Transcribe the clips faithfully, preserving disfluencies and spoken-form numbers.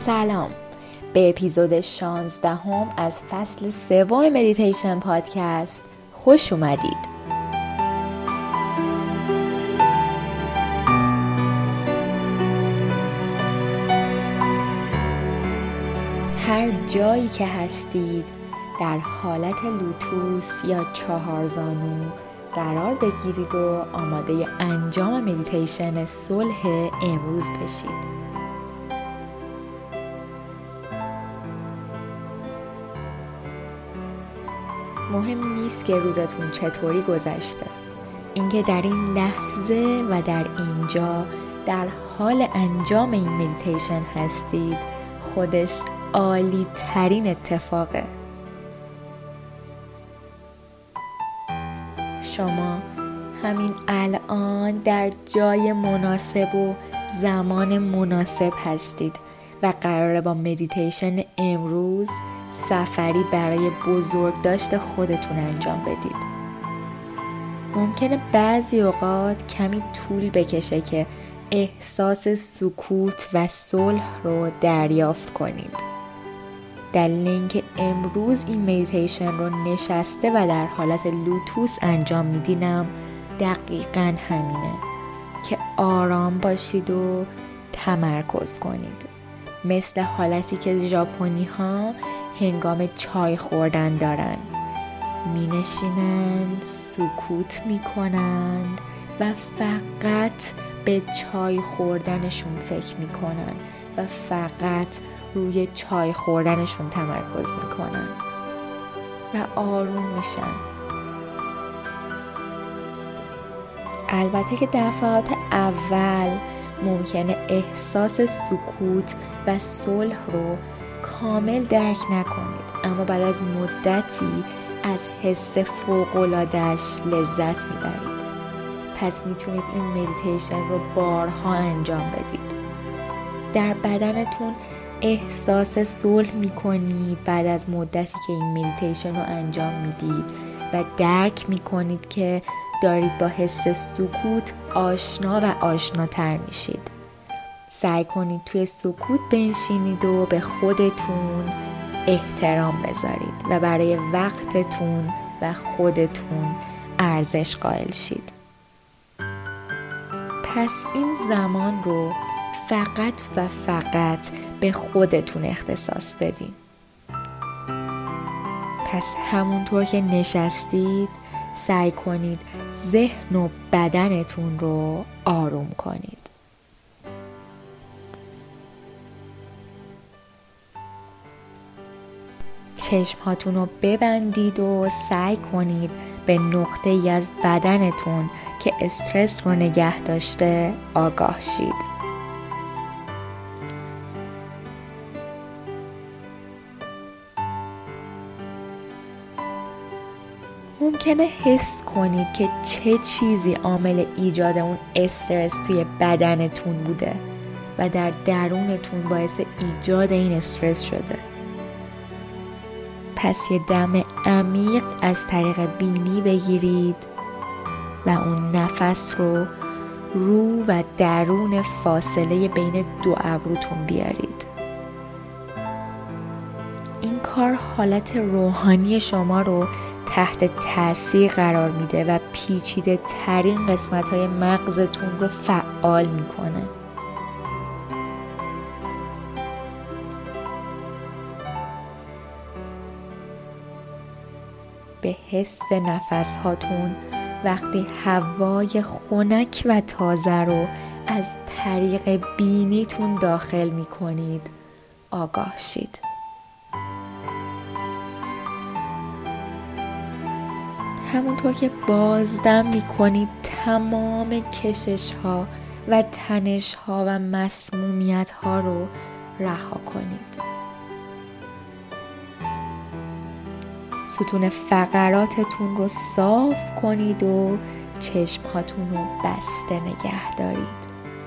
سلام به اپیزود شانزدهم از فصل سوم مدیتیشن پادکست خوش اومدید. هر جایی که هستید در حالت لوتوس یا چهارزانو قرار بگیرید و آماده انجام مدیتیشن صلح امروز بشید. مهم نیست که روزتون چطوری گذشته. اینکه در این لحظه و در اینجا در حال انجام این مدیتیشن هستید خودش عالی ترین اتفاقه. شما همین الان در جای مناسب و زمان مناسب هستید و قراره با مدیتیشن امروز سفری برای بزرگداشت خودتون انجام بدید. ممکنه بعضی اوقات کمی طول بکشه که احساس سکوت و صلح رو دریافت کنید. دلیل اینکه امروز این مدیتیشن رو نشسته و در حالت لوتوس انجام میدینم دقیقاً همینه که آرام باشید و تمرکز کنید، مثل حالتی که ژاپنی ها هنگام چای خوردن دارن. می نشینند، سکوت می کنند و فقط به چای خوردنشون فکر می کنند و فقط روی چای خوردنشون تمرکز می کنند و آروم میشن. البته که دفعات اول ممکنه احساس سکوت و صلح رو کامل درک نکنید، اما بعد از مدتی از حس فوق‌العاده‌اش لذت میبرید. پس میتونید این مدیتیشن رو بارها انجام بدید. در بدنتون احساس صلح میکنید بعد از مدتی که این مدیتیشن رو انجام میدید و درک میکنید که دارید با حس سکوت آشنا و آشناتر میشید. سعی کنید توی سکوت بنشینید و به خودتون احترام بذارید و برای وقتتون و خودتون ارزش قائل شید. پس این زمان رو فقط و فقط به خودتون اختصاص بدین. پس همونطور که نشستید سعی کنید ذهن و بدنتون رو آروم کنید. چشم‌هاتون رو ببندید و سعی کنید به نقطه‌ای از بدنتون که استرس رو نگه داشته آگاه شید. ممکنه حس کنید که چه چیزی عامل ایجاد اون استرس توی بدنتون بوده و در درونتون باعث ایجاد این استرس شده. پس یه دم عمیق از طریق بینی بگیرید و اون نفس رو رو و درون فاصله بین دو ابروتون بیارید. این کار حالت روحانی شما رو تحت تاثیر قرار میده و پیچیده ترین قسمت های مغزتون رو فعال میکنه. به حس نفس هاتون وقتی هوای خنک و تازه رو از طریق بینیتون داخل می کنید آگاه شید. همونطور که بازدم می کنید تمام کشش ها و تنش ها و مسمومیت ها رو رها کنید. ستون فقراتتون رو صاف کنید و چشمهاتون رو بسته نگه دارید.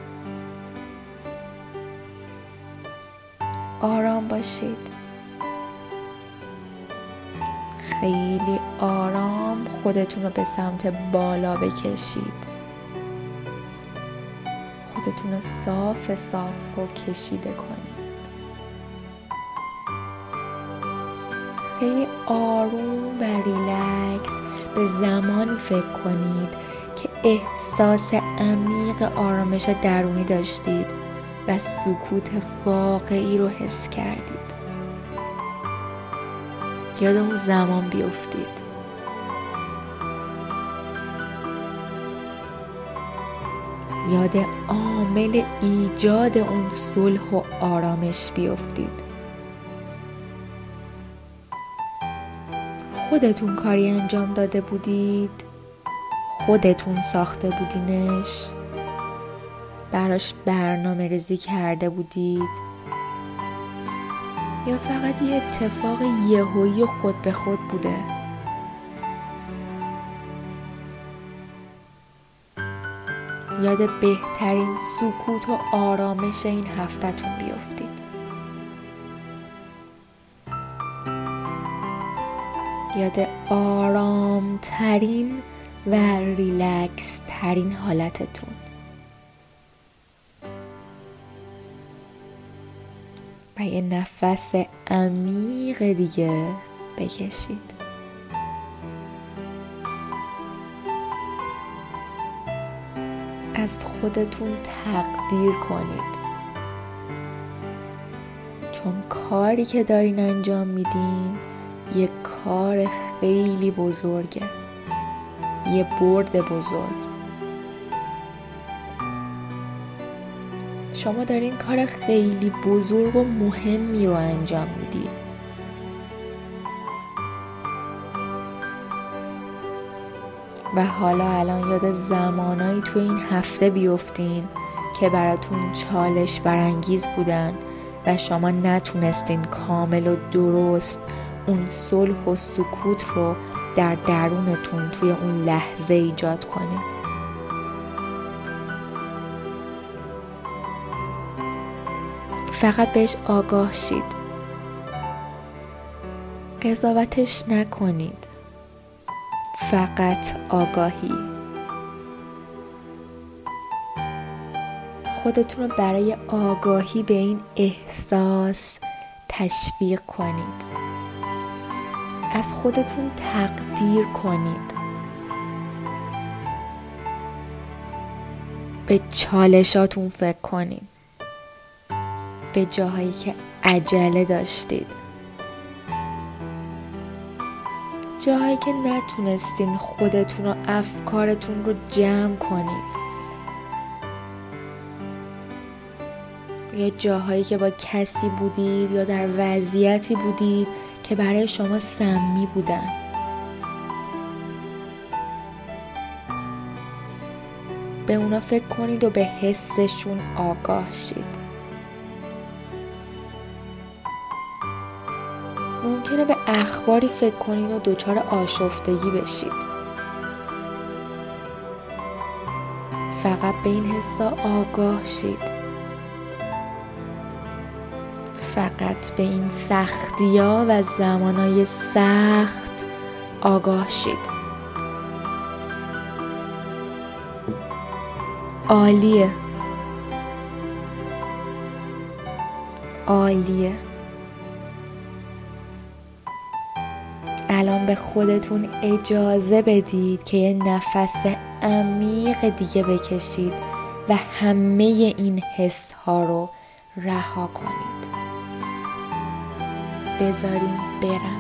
آرام باشید. خیلی آرام خودتون رو به سمت بالا بکشید. خودتون رو صاف صاف و کشیده کنید. خیلی آروم و ریلکس به زمانی فکر کنید که احساس عمیق آرامش درونی داشتید و سکوت واقعی رو حس کردید. یاد اون زمان بیفتید. یاد عامل ایجاد اون صلح و آرامش بیفتید. خودتون کاری انجام داده بودید؟ خودتون ساخته بودینش؟ براش برنامه ریزی کرده بودید؟ یا فقط یه اتفاق یهویی خود به خود بوده؟ یاد بهترین سکوت و آرامش این هفته‌تون بیفتید. یاد آرام ترین و ریلکس ترین حالتتون. و یه نفس عمیق دیگه بکشید. از خودتون تقدیر کنید، چون کاری که دارین انجام میدین یه کار خیلی بزرگه، یه برد بزرگ. شما دارین کار خیلی بزرگ و مهمی رو انجام میدین. و حالا الان یاد زمانایی توی این هفته بیفتین که براتون چالش برانگیز بودن و شما نتونستین کامل و درست اون صلح و سکوت رو در درونتون توی اون لحظه ایجاد کنید. فقط بهش آگاه شید. قضاوتش نکنید. فقط آگاهی. خودتون رو برای آگاهی به این احساس تشویق کنید. از خودتون تقدیر کنید. به چالشاتون فکر کنید. به جاهایی که عجله داشتید. جاهایی که نتونستین خودتون و افکارتون رو جمع کنید. یا جاهایی که با کسی بودید یا در وضعیتی بودید که برای شما سمی بودن. به اونا فکر کنید و به حسشون آگاه شید. ممکنه به اخباری فکر کنید و دچار آشفتگی بشید. فقط به این حسا آگاه شید. فقط به این سختی‌ها و زمانهای سخت آگاه شید. عالیه. عالیه. الان به خودتون اجازه بدید که یه نفس عمیق دیگه بکشید و همه این حس ها رو رها کنید. بذارین برن.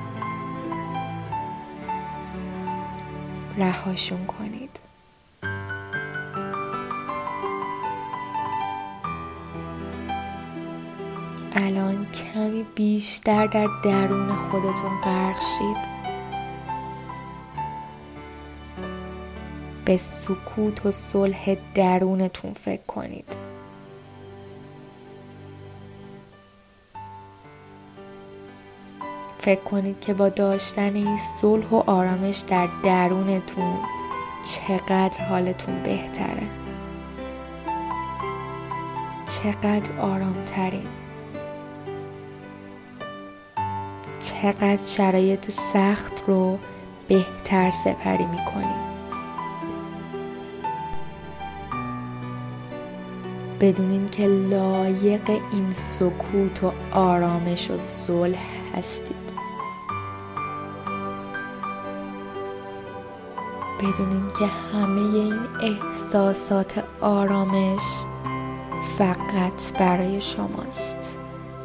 رهاشون کنید. الان کمی بیشتر در درون خودتون غرق شید. به سکوت و صلح درونتون فکر کنید. فکر کنید که با داشتن این صلح و آرامش در درونتون چقدر حالتون بهتره. چقدر آرامترین. چقدر شرایط سخت رو بهتر سپری میکنید. بدونین که لایق این سکوت و آرامش و صلح هستید. بدونین که همه این احساسات آرامش فقط برای شماست.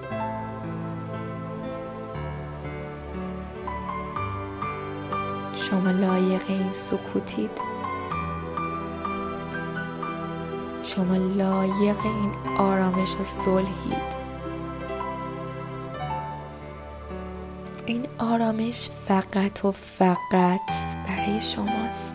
شما لایق این سکوتید. شما لایق این آرامش و صلحید. این آرامش فقط و فقط برای شماست.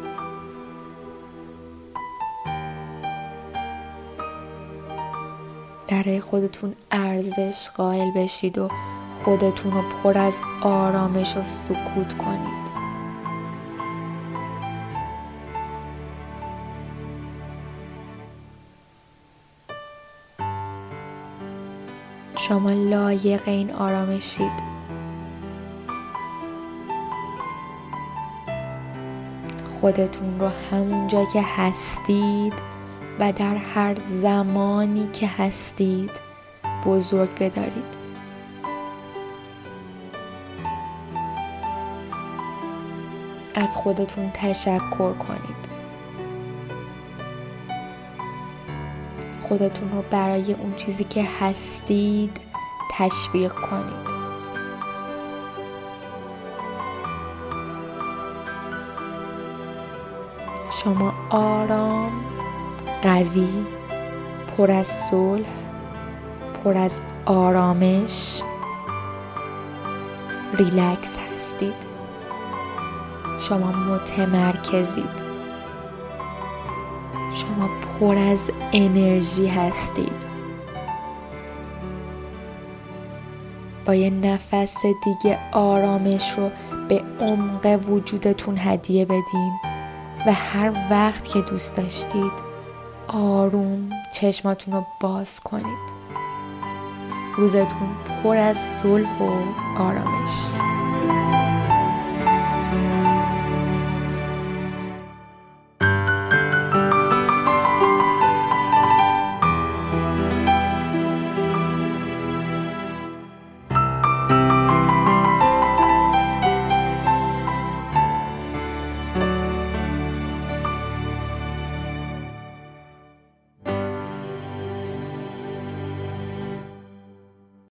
برای خودتون ارزش قائل بشید و خودتون رو پر از آرامش و سکوت کنید. شما لایق این آرامشید. خودتون رو همونجا که هستید و در هر زمانی که هستید بزرگ بدارید. از خودتون تشکر کنید. خودتون رو برای اون چیزی که هستید تشویق کنید. شما آرام، قوی، پر از صلح، پر از آرامش، ریلکس هستید. شما متمرکزید. شما پر از انرژی هستید. با یه نفس دیگه آرامش رو به عمق وجودتون هدیه بدین و هر وقت که دوست داشتید آروم چشماتون رو باز کنید. روزتون پر از صلح و آرامش.